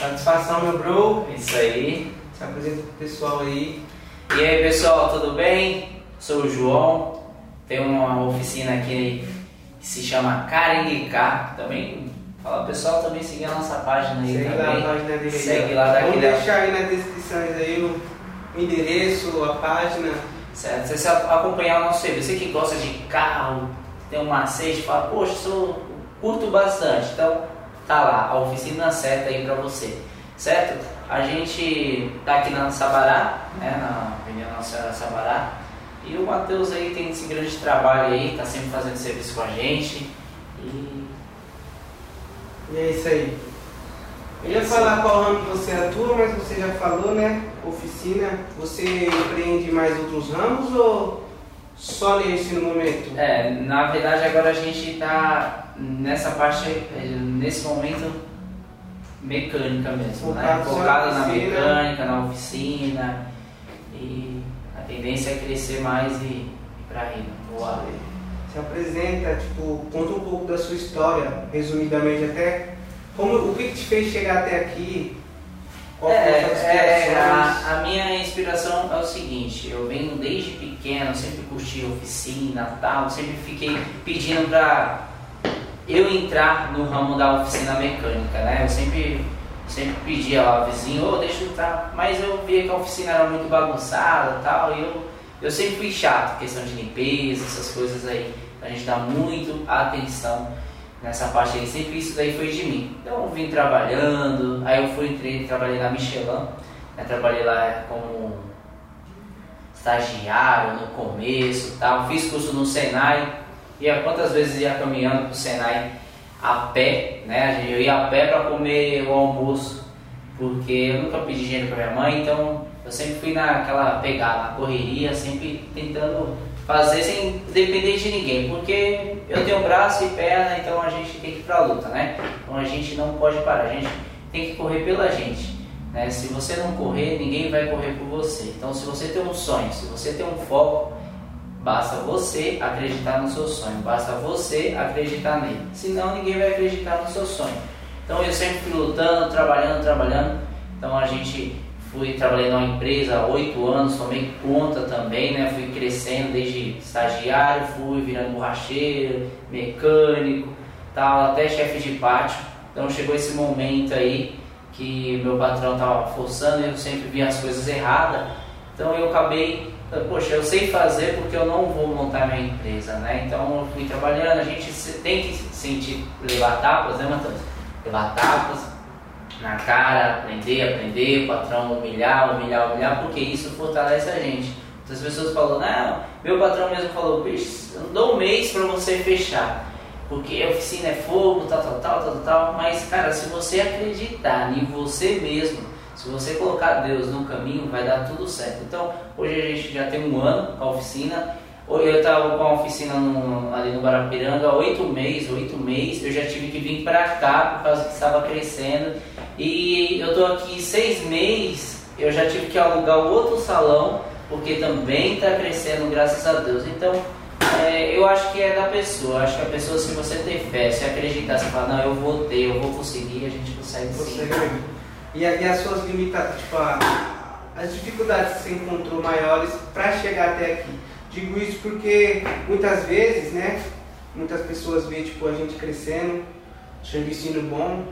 Satisfação, meu bro. Isso aí. Se apresenta pro pessoal aí. E aí, pessoal, tudo bem? Sou o João. Tem uma oficina aqui que se chama Caringuicá. Também, fala pessoal, também seguir a nossa página aí. Segue também. lá a página dele aí. Segue lá Vamos daquele. deixar aí nas descrições aí o endereço, a página. Certo? Você acompanhar o nosso serviço. Você que gosta de carro, tem um macete, fala, poxa, curto bastante. Então, tá lá, a oficina certa aí pra você. Certo? A gente tá aqui na Sabará, né? Na Avenida Nossa Senhora Sabará. E o Matheus aí tem esse grande trabalho aí, tá sempre fazendo serviço com a gente. E é isso aí. Eu ia falar qual ramo você atua, mas você já falou, né? Oficina. Você empreende mais outros ramos ou só nesse no momento? na verdade agora a gente tá nessa parte, nesse momento, mecânica mesmo, né? Focado na mecânica, na oficina. E a tendência é crescer mais e ir pra rima, voar. Se apresenta, conta um pouco da sua história, resumidamente até. O que te fez chegar até aqui? Qual foi a sua inspiração? A minha inspiração é o seguinte, eu venho desde pequeno, sempre curti oficina e tal, sempre fiquei pedindo pra eu entrar no ramo da oficina mecânica, né? Eu sempre pedia lá, vizinho, deixa eu entrar, mas eu via que a oficina era muito bagunçada e tal, e eu sempre fui chato, questão de limpeza, essas coisas aí, a gente dá muito atenção nessa parte aí, sempre isso daí foi de mim. Então eu vim trabalhando, aí eu trabalhei na Michelin, né? Trabalhei lá como estagiário no começo, tal. Fiz curso no Senai, quantas vezes ia caminhando pro Senai a pé, né? Eu ia a pé para comer o almoço, porque eu nunca pedi dinheiro para minha mãe, então eu sempre fui naquela pegada, na correria, sempre tentando fazer sem depender de ninguém, porque eu tenho braço e perna, então a gente tem que ir pra luta, né? Então a gente não pode parar, a gente tem que correr pela gente, né? Se você não correr, ninguém vai correr por você. Então se você tem um sonho, se você tem um foco, basta você acreditar no seu sonho, basta você acreditar nele, senão ninguém vai acreditar no seu sonho. Então eu sempre fui lutando, trabalhando, então trabalhei numa empresa há 8 anos, tomei conta também, né? Fui crescendo desde estagiário, fui virando borracheiro, mecânico, tal, até chefe de pátio. Então chegou esse momento aí que meu patrão estava forçando e eu sempre via as coisas erradas. Então eu acabei, poxa, eu sei fazer porque eu não vou montar minha empresa, né? Então eu fui trabalhando, a gente tem que levar tapas, né, Matheus? Levar tapas na cara, aprender, o patrão humilhar, porque isso fortalece a gente. Muitas pessoas falam, não, meu patrão mesmo falou, bicho, eu não dou um mês para você fechar, porque a oficina é fogo, tal, mas cara, se você acreditar em você mesmo, se você colocar Deus no caminho, vai dar tudo certo. Então, hoje a gente já tem 1 ano com a oficina. Eu estava com a oficina ali no Guarapiranga há 8 meses, eu já tive que vir para cá por causa que estava crescendo. E eu estou aqui 6 meses, eu já tive que alugar o outro salão, porque também está crescendo, graças a Deus. Então, eu acho que é da pessoa, acho que a pessoa, se você ter fé, se acreditar, se falar, não, eu vou conseguir, a gente consegue sim. E as suas limitações, as dificuldades que você encontrou maiores para chegar até aqui? Digo isso porque muitas vezes, né, muitas pessoas veem a gente crescendo, serviço indo bom,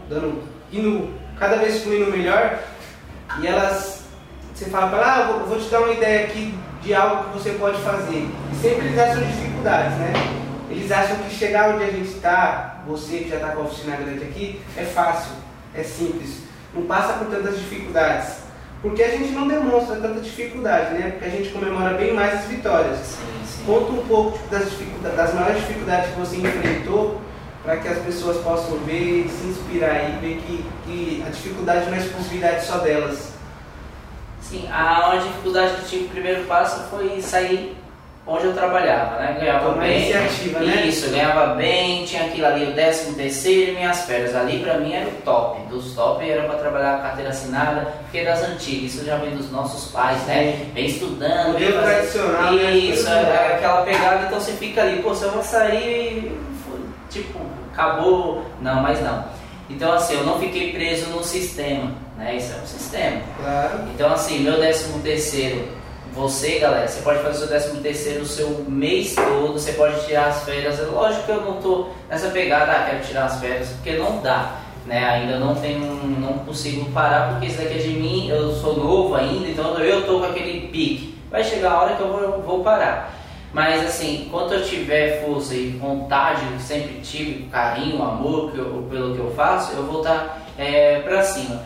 cada vez fluindo melhor, e você fala para ela, eu vou te dar uma ideia aqui de algo que você pode fazer. E sempre eles acham dificuldades, né? Eles acham que chegar onde a gente está, você que já está com a oficina grande aqui, é fácil, é simples, não passa por tantas dificuldades. Porque a gente não demonstra tanta dificuldade, né? Porque a gente comemora bem mais as vitórias. Sim. Conta um pouco das maiores dificuldades que você enfrentou, para que as pessoas possam ver, se inspirar e ver que a dificuldade não é exclusividade só delas. Sim, a dificuldade que eu tive, o primeiro passo foi sair onde eu trabalhava, né? Ganhava bem. Iniciativa, né? Isso, ganhava bem, tinha aquilo ali, o 13º e minhas férias. Ali pra mim era o top. Dos top era pra trabalhar a carteira assinada, porque é das antigas, isso já vem dos nossos pais, né? Vem estudando, vem tradicional, isso, é aquela pegada, então você fica ali, pô, se eu vou sair, tipo, acabou. Não, mas não. Então assim, eu não fiquei preso no sistema, né? Isso é um sistema. Claro. Então assim, meu 13º, você galera, você pode fazer o seu 13º o seu mês todo, você pode tirar as férias. Lógico que eu não tô nessa pegada, quero tirar as férias, porque não dá, né? Ainda não consigo parar, porque isso daqui é de mim, eu sou novo ainda, então eu tô com aquele pique. Vai chegar a hora que eu vou parar. Mas assim, enquanto eu tiver força e vontade, sempre tive carinho, amor pelo que eu faço, eu vou estar pra cima.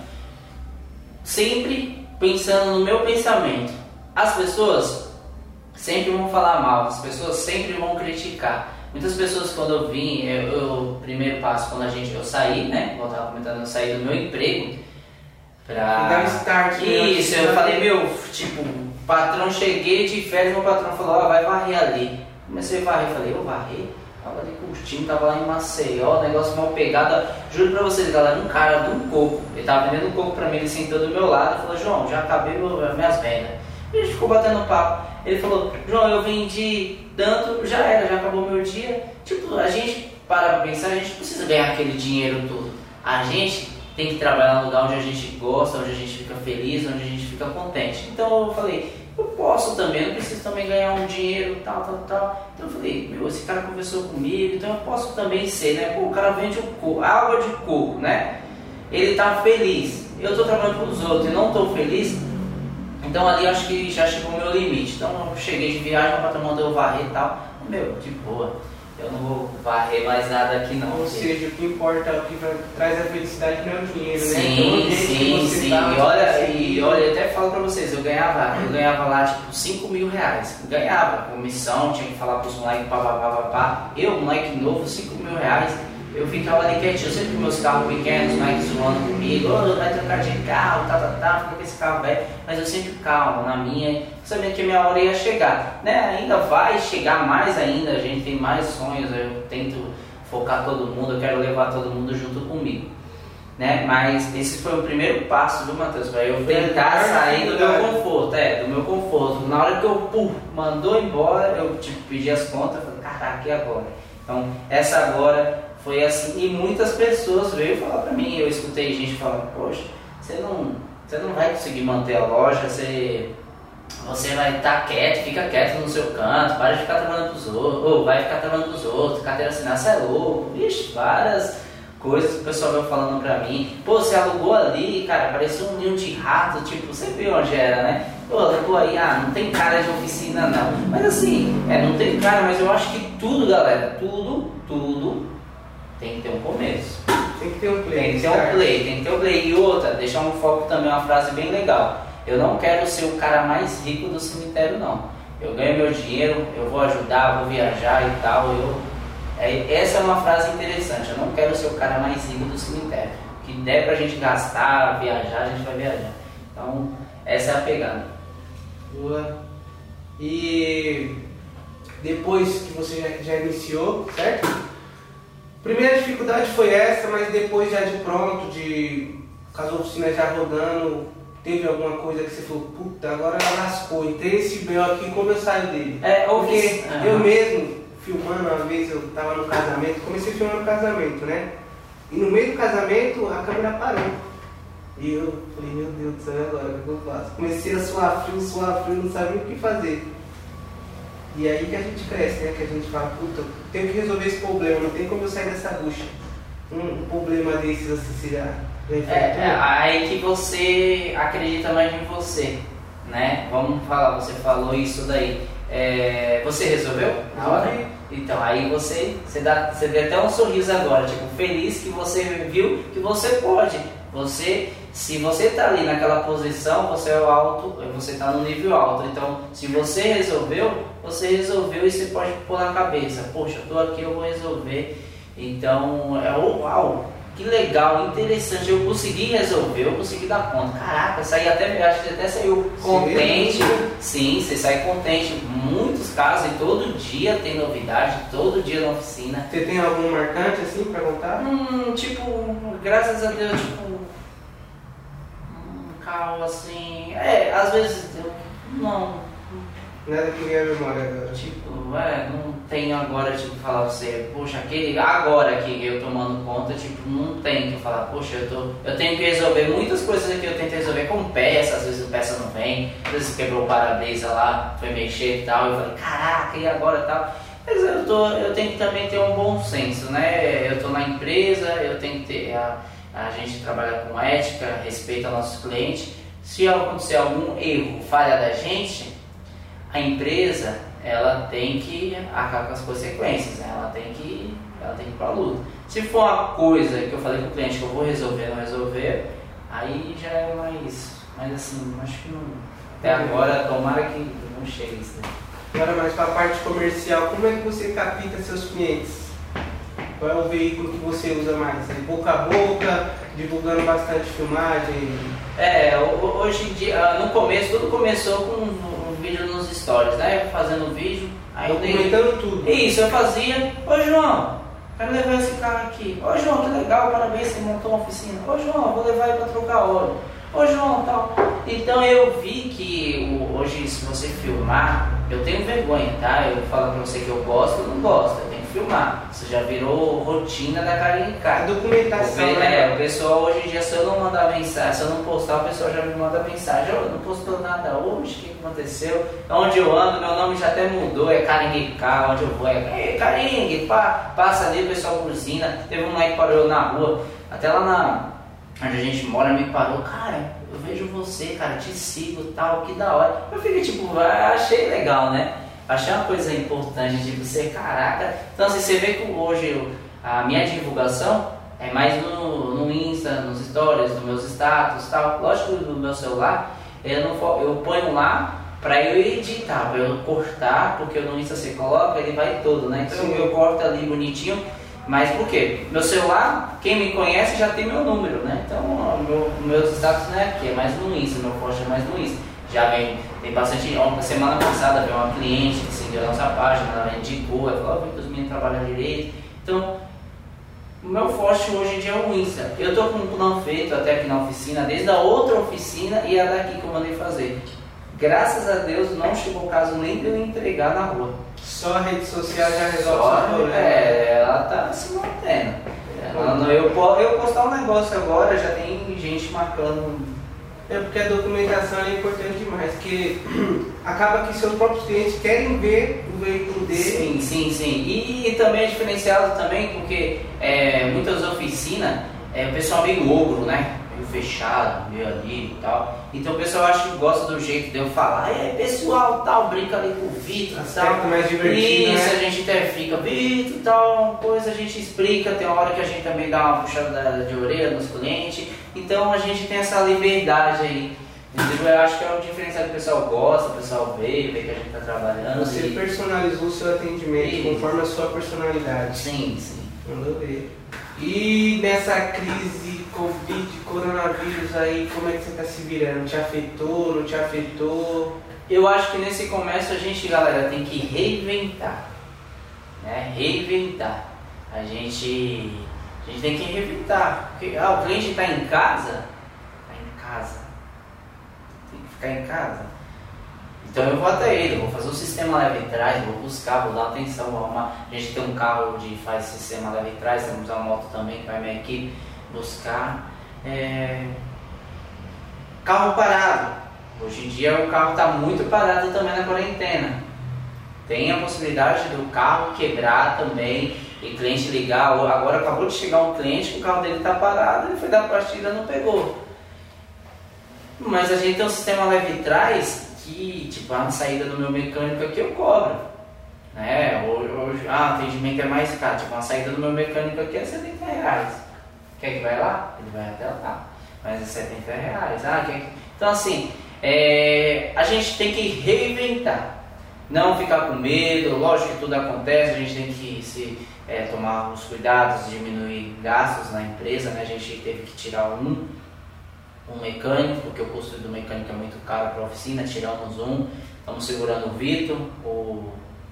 Sempre pensando no meu pensamento. As pessoas sempre vão falar mal, as pessoas sempre vão criticar. Muitas pessoas, quando eu vim, o primeiro passo, quando eu saí, né? Como eu estava comentando, eu saí do meu emprego pra... Dar um start. Isso, eu falei, tipo, patrão, cheguei de férias, meu patrão falou, vai varrer ali. Comecei a varrer, falei, eu varrer? Tava ali curtindo, tava lá em Maceió, negócio mal pegado. Juro pra vocês, galera, um cara de um coco, ele tava vendendo um coco pra mim, ele sentou do meu lado e falou, João, já acabei minhas vendas. E a gente ficou batendo papo. Ele falou, João, eu vendi tanto, já acabou meu dia. Tipo, a gente para pra pensar, a gente não precisa ganhar aquele dinheiro todo. A gente tem que trabalhar no lugar onde a gente gosta, onde a gente fica feliz, onde a gente fica contente. Então eu falei, eu posso também, não preciso também ganhar um dinheiro, tal. Então eu falei, esse cara conversou comigo, então eu posso também ser, né? Pô, o cara vende água de coco, né? Ele tá feliz. Eu tô trabalhando com os outros e não tô feliz. Então ali eu acho que já chegou o meu limite. Então eu cheguei de viagem, o patrão mandou eu varrer e tal. De boa. Eu não vou varrer mais nada aqui não. Ou seja, o que importa, o que traz a felicidade não é o dinheiro, né? Sim. E olha, eu até falo pra vocês, eu ganhava lá tipo 5 mil reais. Ganhava comissão, tinha que falar pros moleques, pá. Eu, moleque novo, 5 mil reais. Eu ficava ali quietinho, sempre com meus carros pequenos, os moleques zoando comigo, vai trocar de carro, fica com esse carro velho. Mas eu sempre calmo, na minha, sabendo que a minha hora ia chegar, né? Ainda vai chegar mais ainda, a gente tem mais sonhos, eu tento focar todo mundo, eu quero levar todo mundo junto comigo, né? Mas esse foi o primeiro passo, viu, Matheus? Para eu tentar sair do meu conforto, Na hora que eu mandou embora, eu pedi as contas, falei, caraca, e agora? Então, essa agora foi assim, e muitas pessoas veio falar pra mim, eu escutei gente falando, poxa, você não vai conseguir manter a loja, você vai estar quieto, fica quieto no seu canto, para de ficar trabalhando pros outros, ou vai ficar trabalhando pros outros, carteira assinada, você é louco, vixe, várias coisas que o pessoal veio falando pra mim, pô, você alugou ali, cara, parecia um ninho de rato, tipo, você viu onde era, né? Pô, alugou aí, não tem cara de oficina não, mas assim, não tem cara, mas eu acho que tudo, galera, tudo tem que ter um começo. Tem que ter um play. Tem que ter um play. E outra, deixar um foco também, uma frase bem legal. Eu não quero ser o cara mais rico do cemitério, não. Eu ganho meu dinheiro, eu vou ajudar, vou viajar e tal. Essa é uma frase interessante. Eu não quero ser o cara mais rico do cemitério. O que der pra gente gastar, viajar, a gente vai viajar. Então, essa é a pegada. Boa. E depois que você já iniciou, certo? Primeira dificuldade foi essa, mas depois já de pronto, com as oficinas já rodando, teve alguma coisa que você falou, puta, agora ela lascou, entrei esse B.O. aqui, como eu saio dele? Porque eu mesmo, filmando uma vez, eu tava no casamento, comecei a filmar no casamento, né? E no meio do casamento, a câmera parou. E eu falei, meu Deus do céu, agora o que eu faço? Comecei a suar frio, não sabia o que fazer. E aí que a gente cresce, né? Que a gente fala, puta, tenho que resolver esse problema, não tem como eu sair dessa bucha. Um problema desses assim, você já aí que você acredita mais em você, né? Vamos falar, você falou isso daí. Você resolveu na hora? Então, aí você vê até um sorriso agora, tipo, feliz que você viu que você pode. Se você está ali naquela posição, você está no nível alto. Então, se você resolveu e você pode pôr na cabeça, poxa, eu tô aqui, eu vou resolver. Então, uau, que legal, interessante, eu consegui resolver, eu consegui dar conta. Caraca, acho que até saiu contente. Sim, você sai contente. Muitos casos, e todo dia tem novidade, todo dia na oficina. Você tem algum marcante assim pra contar? Tipo, graças a Deus, carro assim, às vezes não Nada que venha à memória agora. Tipo, não tenho agora, tipo, falar pra você, poxa, aquele agora que eu tomando conta, tipo, não tem que falar, poxa, eu tenho que resolver muitas coisas aqui, eu tento resolver com peça, às vezes a peça não vem, às vezes quebrou o para-brisa lá, foi mexer e tal, eu falei, caraca, e agora e tal. Mas eu tenho que também ter um bom senso, né? Eu tô na empresa, eu tenho que ter, a gente trabalha com ética, respeita nossos clientes. Se acontecer algum erro, falha da gente, a empresa, ela tem que acabar com as consequências, né? Ela tem que ir pra luta. Se for uma coisa que eu falei com o cliente que eu vou resolver, não resolver, aí já é mais assim, acho que não, até agora, tomara que não chegue isso, né? Agora mais para a parte comercial, como é que você capta seus clientes? Qual é o veículo que você usa mais? É boca a boca, divulgando bastante filmagem? Hoje em dia, no começo, tudo começou com um vídeo nos stories, né? Fazendo vídeo. Aí documentando tudo. Isso, eu fazia. Ô João, quero levar esse carro aqui. Ô João, que legal, parabéns, você montou uma oficina. Ô João, vou levar ele para trocar óleo. Ô João, tal. Então eu vi que hoje, se você filmar, eu tenho vergonha, tá? Eu falo pra você que eu gosto ou não gosto, eu tenho que filmar. Isso já virou rotina da Carinha em Casa. A documentação, né? O pessoal hoje em dia, se eu não mandar mensagem, se eu não postar, o pessoal já me manda mensagem. Eu não postou nada hoje, o que aconteceu? Onde eu ando, meu nome já até mudou, é Carinha, onde eu vou é Carinha, passa ali, o pessoal buzina. Teve um moleque que parou eu na rua, até lá onde a gente mora, me parou, cara, eu vejo você, cara, te sigo e tal, que da hora. Eu fiquei tipo, achei legal, né? Achei uma coisa importante, tipo, você, caraca. Então assim, você vê que hoje a minha divulgação é mais no Insta, nos stories, nos meus status e tal. Lógico, no meu celular, eu ponho lá pra eu editar, pra eu cortar, porque no Insta você coloca, ele vai todo, né? Então eu corto ali bonitinho. Mas por quê? Meu celular, quem me conhece já tem meu número, né? Então, meus status não é aqui, é mais no Insta, meu post é mais no Insta. Já tem bastante. Semana passada veio uma cliente que seguiu a nossa página, ela me indicou, ela falou, que os meninos trabalham direito. Então, o meu forte hoje em dia é o Insta. Eu tô com um plano feito até aqui na oficina, desde a outra oficina e a daqui que eu mandei fazer. Graças a Deus não chegou o caso nem de eu entregar na rua. Só a rede social já resolve o problema. Ela tá se mantendo. Eu postar um negócio agora, já tem gente marcando. É porque a documentação é importante demais, porque acaba que seus próprios clientes querem ver o veículo dele. Sim. E também é diferenciado também porque muitas oficinas, o pessoal é meio ogro, né? Meio fechado, meio ali e tal. Então o pessoal acha que gosta do jeito de eu falar, pessoal, tal, brinca ali com o Vitor e tal. Mais divertido, isso, né? a gente até fica, Vitor, tal, coisa, a gente explica, tem uma hora que a gente também dá uma puxada de orelha nos clientes. Então a gente tem essa liberdade aí. Entendeu? Eu acho que é um diferencial que o pessoal gosta, o pessoal vê que a gente está trabalhando. Você personalizou o seu atendimento conforme a sua personalidade. Sim. Mandou ver. E nessa crise Covid, coronavírus aí, como é que você está se virando? Te afetou, não te afetou? Eu acho que nesse comércio a gente, galera, tem que reinventar. Né? Reinventar. A gente tem que reinventar. Porque o cliente está em casa. Tem que ficar em casa. Então eu vou até ele, vou fazer o sistema leve trás, vou buscar, vou dar atenção, vou arrumar. A gente tem um carro de faz sistema leve trás, temos uma moto também que vai minha equipe buscar. Carro parado. Hoje em dia o carro está muito parado também na quarentena. Tem a possibilidade do carro quebrar também e cliente ligar. Agora acabou de chegar um cliente que o carro dele está parado, ele foi dar partida e não pegou. Mas a gente tem um sistema leve trás que, tipo, a saída do meu mecânico aqui eu cobro. Né? Hoje, atendimento é mais caro. Tipo, a saída do meu mecânico aqui é R$70. Quer que vai lá? Ele vai até lá. Mas é R$70. Então assim, a gente tem que reinventar. Não ficar com medo. Lógico que tudo acontece, a gente tem que tomar os cuidados, diminuir gastos na empresa. Né? A gente teve que tirar um mecânico, porque o custo do mecânico é muito caro para a oficina, tiramos um, estamos segurando o Vitor, o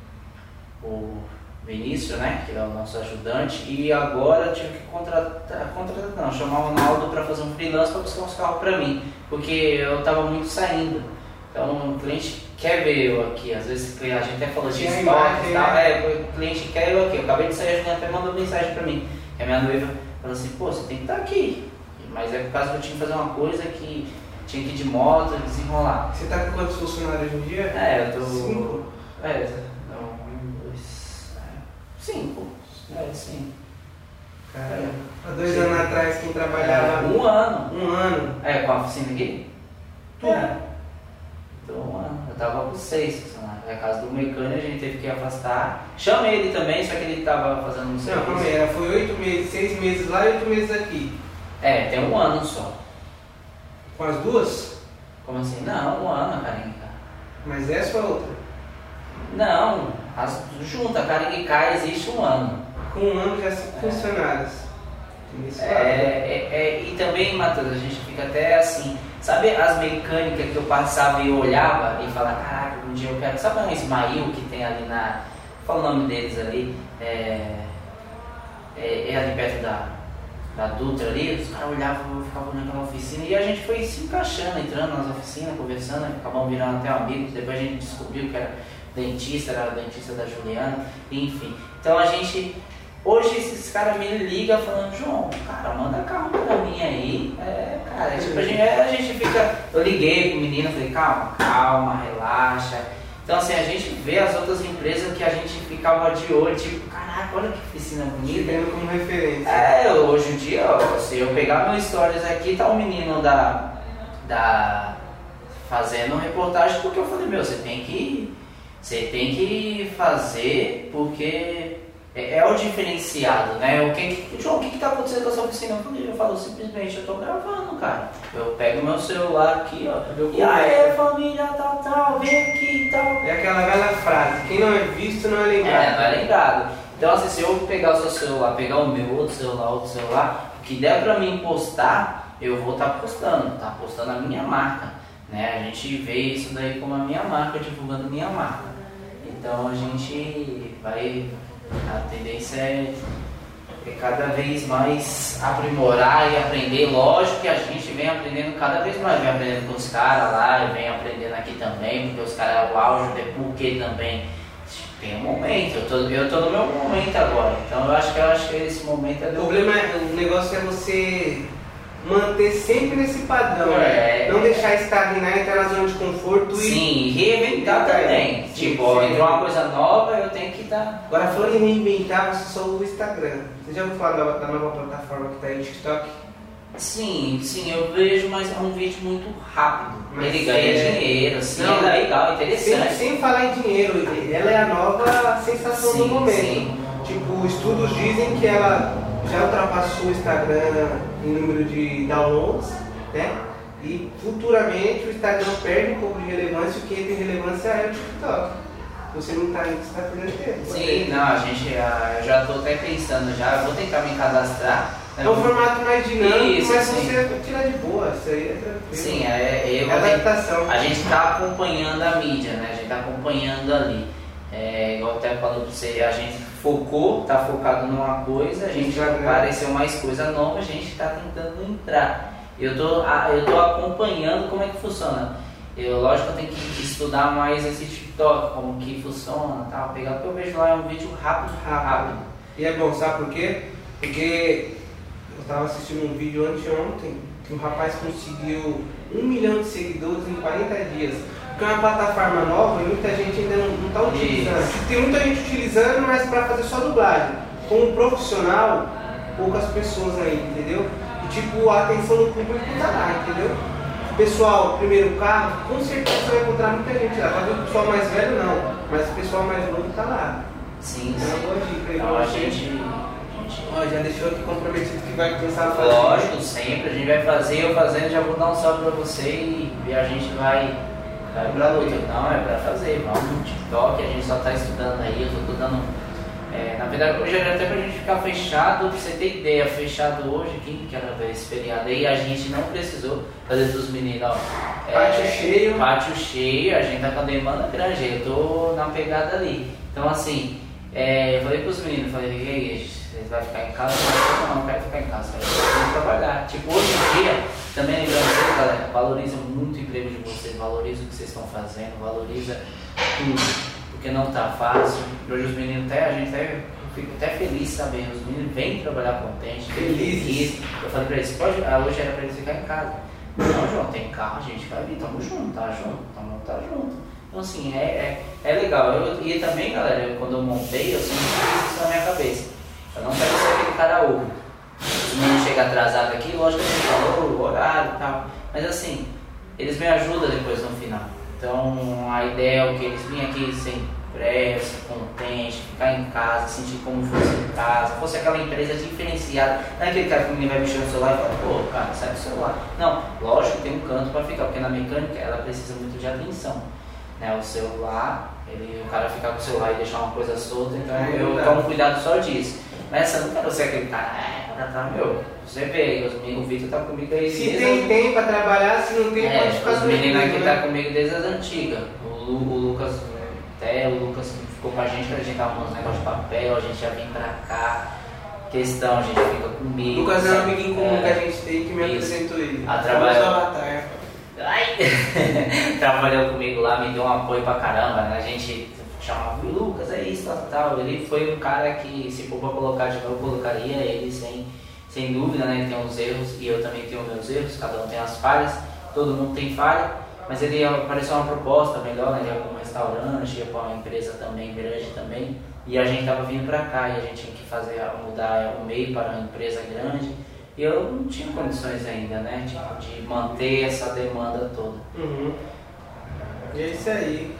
Vinícius, né, que é o nosso ajudante, e agora tive que chamar o Ronaldo para fazer um freelance para buscar uns carros para mim, porque eu estava muito saindo. Então o cliente quer ver eu aqui, às vezes a gente até falou de Sim, estoque e tal, né? o cliente quer eu aqui. Eu acabei de sair, a Juliana até mandou mensagem pra mim, que a minha noiva falou assim, pô, você tem que estar aqui. Mas é por causa que eu tinha que fazer uma coisa que tinha que ir de moto, desenrolar. Você tá com quantos funcionários hoje em dia? É, eu tô... 5? Não, 1, 2, 5. 5. Caramba. Há 2 anos atrás, quem trabalhava... 1 ano. 1 ano. Com a oficina aqui? Tudo. Então, 1 ano. Eu tava com 6 funcionários. A casa do mecânico a gente teve que afastar. Chamei ele também, só que ele tava fazendo um serviço. Não, calma aí, foi 8 meses, 6 meses lá e 8 meses aqui. Tem 1 ano só. Com as duas? Como assim? Não, 1 ano a Caringa. Mas essa ou outra? Não, junta, a Caringa e Kai existe 1 ano. Com 1 ano já são funcionários. E também, Matheus, a gente fica até assim, sabe as mecânicas que eu passava e eu olhava e falava, caraca, um dia eu quero, sabe o Ismael que tem ali na, qual o nome deles ali, ali perto da Dutra ali, os caras olhavam, eu ficava olhando naquela oficina e a gente foi se encaixando, entrando nas oficinas, conversando, acabamos virando até amigos, depois a gente descobriu que era dentista, era o dentista da Juliana, enfim. Então a gente... Hoje esses caras me ligam falando, João, cara, manda carro pra mim aí. Tipo, a gente fica. Eu liguei pro menino, falei, calma, relaxa. Então assim, a gente vê as outras empresas que a gente ficava de olho, tipo, caraca, olha que oficina bonita. Vendo como referência. Hoje em dia, se eu pegar meus stories aqui, tá o menino fazendo reportagem, porque eu falei, você tem que fazer porque. É o diferenciado, né? João, o que está acontecendo com essa oficina? Eu falo simplesmente, eu estou gravando, cara. Eu pego meu celular aqui, ó. E aí, família, tal, vem aqui e tal. É aquela velha frase, quem não é visto não é lembrado. Não é lembrado. Então, assim, se eu pegar o seu celular, pegar o meu outro celular, o que der pra mim postar, eu vou estar postando a minha marca, né? A gente vê isso daí como a minha marca, divulgando a minha marca. Então, a gente vai... A tendência é cada vez mais aprimorar e aprender. Lógico que a gente vem aprendendo cada vez mais, vem aprendendo com os caras lá, vem aprendendo aqui também, porque os caras, o auge, porque também tem um momento, eu tô no meu momento agora, então eu acho que esse momento é do... O negócio é você manter sempre nesse padrão, né? Não deixar estagnar, entrar na zona de conforto e reinventar também. Tipo, entrou uma coisa nova, eu tenho que estar... Agora, falando em reinventar, você só usa o Instagram. Você já ouviu falar da nova plataforma que está aí, o TikTok? Sim, eu vejo, mas é um vídeo muito rápido. Mas ele ganha dinheiro, assim, é legal, interessante. Sem falar em dinheiro, ela é a nova sensação do momento. Sim. Tipo, estudos dizem que ela já ultrapassou o Instagram em número de downloads, né? E futuramente o Instagram perde um pouco de relevância, o que tem relevância é o TikTok. Você não está indo, você está perdendo tempo. Sim, eu já estou até pensando já, eu vou tentar me cadastrar. É um formato mais dinâmico, mas sim. Você tirar de boa, isso aí é tranquilo. Sim, adaptação. A gente está acompanhando a mídia, né? A gente está acompanhando ali. Igual até falou para você, a gente está focado numa coisa, a gente vai aparecer mais coisa nova, a gente está tentando entrar. Eu tô acompanhando como é que funciona. Lógico que eu tenho que estudar mais esse TikTok, como que funciona, tal, pegar o que eu vejo lá, é um vídeo rápido. E é bom, sabe por quê? Porque eu estava assistindo um vídeo anteontem que um rapaz conseguiu 1 milhão de seguidores em 40 dias. Porque é uma plataforma nova e muita gente ainda não está utilizando. Isso. Tem muita gente utilizando, mas para fazer só dublagem. Como profissional, poucas pessoas ainda, entendeu? E tipo, a atenção do público está lá, entendeu? Pessoal, primeiro carro, com certeza você vai encontrar muita gente lá. Talvez o pessoal mais velho não, mas o pessoal mais novo está lá. Sim, é uma boa dica aí. Então a gente já deixou aqui comprometido que vai começar a fazer. Lógico, sempre. A gente vai fazer, eu fazendo, já vou dar um salve pra você e a gente vai pra luta. Não, é pra fazer. Vamos no TikTok, a gente só tá estudando aí, eu tô dando. Na verdade, hoje era até pra gente ficar fechado, pra você ter ideia, fechado hoje aqui, que era esse feriado aí, a gente não precisou fazer dos meninos, ó. Pátio cheio, a gente tá com a demanda grande, eu tô na pegada ali. Então assim, eu falei pros meninos, e aí, vocês vão ficar em casa? Não, quero ficar em casa, eu vou trabalhar. Tipo, hoje em dia, também lembrando galera, valoriza muito o emprego de vocês, valoriza o que vocês estão fazendo, valoriza tudo, porque não tá fácil. Hoje os meninos a gente eu fico até feliz sabendo, os meninos vêm trabalhar contente, felizes. Eu falei pra eles, hoje era pra eles ficarem em casa. Não, João, tem carro, a gente vai vir, tamo junto, tá junto. Então assim, é legal. E também, galera, quando eu montei, eu sempre fiz isso na minha cabeça. Eu não quero ser aquele cara ovo. Se o menino chega atrasado aqui, lógico que a gente falou o horário e tal. Mas assim, eles me ajudam depois no final. Então a ideia é o que? Eles vêm aqui sem pressa, contente, ficar em casa, sentir como fosse em casa, fosse aquela empresa diferenciada. Não é aquele cara que ninguém vai mexer no celular e fala, pô, cara, sai do celular. Não, lógico que tem um canto para ficar, porque na mecânica ela precisa muito de atenção. Né? O celular, o cara ficar com o celular e deixar uma coisa solta, então eu tomo cuidado só disso. Mas eu não quero ser aquele cara, você vê, o Vitor tá comigo aí. Se tem tempo para trabalhar, se não tem, pode ficar. Os meninos aqui tá comigo desde as antigas. O Lucas ficou com a gente tava uns negócios de papel, a gente já vem pra cá. A gente fica comigo. O Lucas é um amiguinho comum que a gente tem, que me apresentou ele. Trabalhou comigo lá, me deu um apoio pra caramba, né? A gente chamava o Lucas, é isso, tal. Ele foi um cara que, se for pra colocar de novo, eu colocaria ele sem dúvida, né? Ele tem uns erros e eu também tenho meus erros, cada um tem as falhas, todo mundo tem falha, mas ele apareceu uma proposta melhor, né? Ele ia para um restaurante, ia para uma empresa também grande também, e a gente tava vindo pra cá e a gente tinha que mudar o MEI para uma empresa grande. E eu não tinha condições ainda, né? De manter essa demanda toda. Uhum. E é isso aí.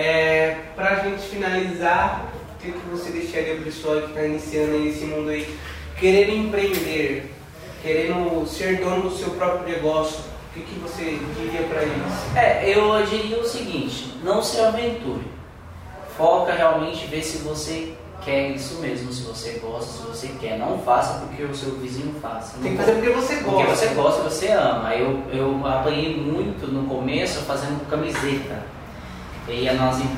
Pra gente finalizar, o que você deixaria pro pessoal que está iniciando nesse mundo aí, querendo empreender, querendo ser dono do seu próprio negócio, o que você diria para eles? Eu diria o seguinte, não se aventure. Foca realmente em ver se você quer isso mesmo, se você gosta, se você quer. Não faça porque o seu vizinho faça. Tem que fazer porque você gosta. Porque você gosta, você ama. Eu apanhei muito no começo fazendo camiseta. Eu ia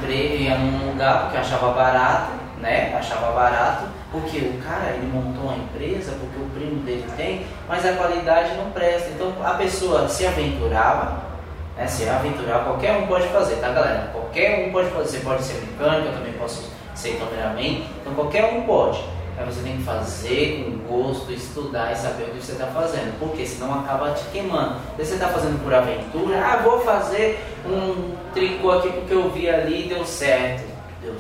num lugar porque eu achava barato, né? Porque o cara, ele montou uma empresa, porque o primo dele tem, mas a qualidade não presta. Então a pessoa se aventurava, né? Qualquer um pode fazer, tá, galera? Qualquer um pode fazer. Você pode ser mecânico, eu também posso ser cameraman, então qualquer um pode. Aí você tem que fazer com gosto, estudar e saber o que você está fazendo, porque senão acaba te queimando. Se você está fazendo por aventura, vou fazer um tricô aqui porque eu vi ali e deu certo. Deu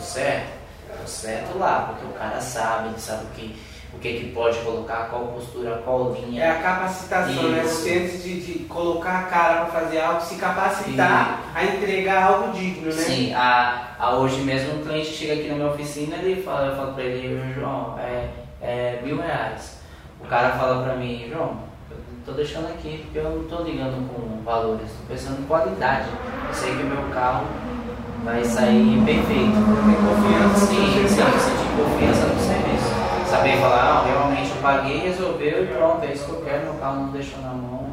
certo lá, porque o cara sabe, ele sabe o que pode colocar, qual postura, qual linha. É a capacitação, né? Você antes de colocar a cara para fazer algo, se capacitar a entregar algo digno, né? Sim, hoje mesmo um cliente chega aqui na minha oficina e eu falo para ele, João, é R$1.000. O cara fala para mim, João, eu tô deixando aqui porque eu não tô ligando com valores, tô pensando em qualidade. Eu sei que o meu carro vai sair perfeito. Tem confiança. Sim, sentir confiança no serviço. Saber falar, realmente eu paguei, resolveu e pronto, é isso que eu quero, meu carro não deixou na mão.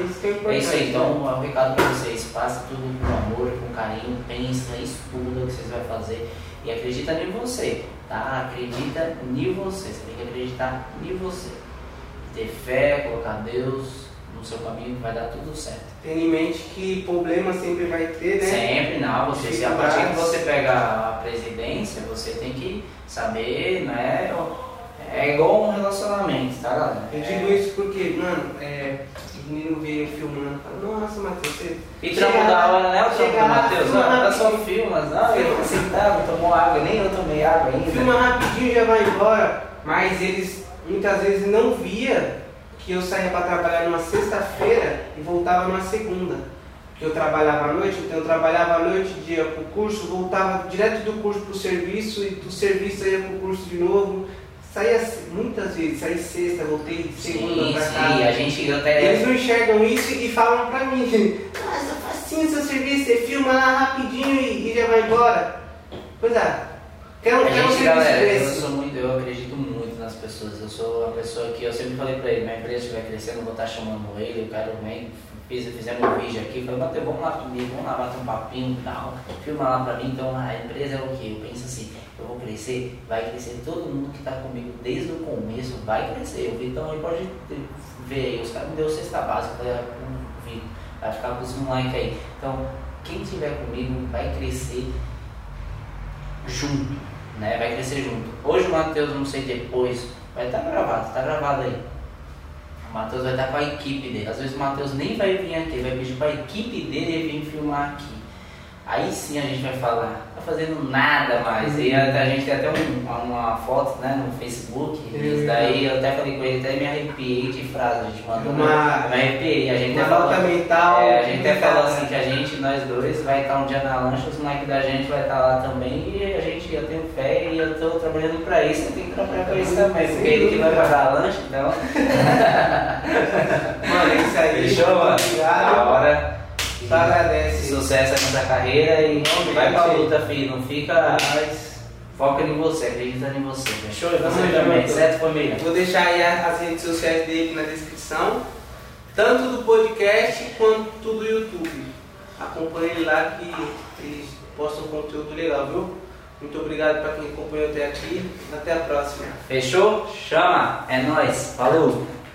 É isso aí, então é um recado para vocês, faça tudo com amor, com carinho, pensa, estuda o que vocês vão fazer e acredita em você, tá? Acredita em você tem que acreditar em você. Ter fé, colocar Deus no seu caminho, vai dar tudo certo. Tenha em mente que problema sempre vai ter, né? Sempre, não. Se a partir que você pega a presidência, você tem que saber, né? É igual um relacionamento, tá, galera? Eu digo isso porque, mano, o menino veio filmando e fala, nossa, Matheus, você... E trampo da hora, né? O trampo do Matheus, ela só filma, ele tá sentado, tomou água, nem eu tomei água ainda. Filma rapidinho e já vai embora, mas eles muitas vezes não via que eu saía para trabalhar numa sexta-feira e voltava numa segunda. Porque eu trabalhava à noite, então eu trabalhava à noite, ia pro curso, voltava direto do curso pro serviço e do serviço eu ia pro curso de novo. Saía muitas vezes, saí sexta, voltei segunda pra casa. Sim, a gente até... Eles não enxergam isso e falam pra mim, nossa, facinho seu serviço, você filma lá rapidinho e já vai embora. Pois é, quero um serviço desse. Eu acredito muito nas pessoas, eu sou uma pessoa que eu sempre falei pra ele, minha empresa estiver crescendo, eu vou estar chamando ele, eu quero bem. Fizemos um vídeo aqui, falei, Matheus, vamos lá comigo, vamos lá bater um papinho e tal, filma lá pra mim. Então a empresa é o que? Eu penso assim, eu vou crescer, vai crescer, todo mundo que tá comigo desde o começo vai crescer. O Vitão aí pode ver aí, os caras me deu cesta básica, vai ficar com os moleques aí. Então, quem tiver comigo vai crescer junto, né? Vai crescer junto. Hoje o Matheus, não sei depois, vai estar gravado, tá gravado aí. O Matheus vai estar com a equipe dele. Às vezes o Matheus nem vai vir aqui, vai pedir para a equipe dele vir filmar aqui. Aí sim a gente vai falar, tá fazendo nada mais. E a gente tem até uma foto, né, no Facebook. Isso daí eu até falei com ele, até me arrepiei de frase, a gente mandou. Me arrepiei. A gente até falou, a gente até falou assim que nós dois, vai estar um dia na lancha, os moleques da gente vai estar lá também. E eu tenho fé e eu estou trabalhando para isso, eu tenho que trabalhar para isso também. Porque ele que vai pagar a lancha, então. Mano, é isso aí. Fechou, mano? Obrigado. Agora. Agradece. Sucesso nessa carreira e vai pra luta, filho. Não fica. Foca em você, acredita em você. Fechou? E você também, certo, família? Vou deixar aí as redes sociais dele na descrição, tanto do podcast quanto do YouTube. Acompanhe ele lá que eles postam conteúdo legal, viu? Muito obrigado para quem acompanhou até aqui. Até a próxima. Fechou? Chama! É nóis. Falou!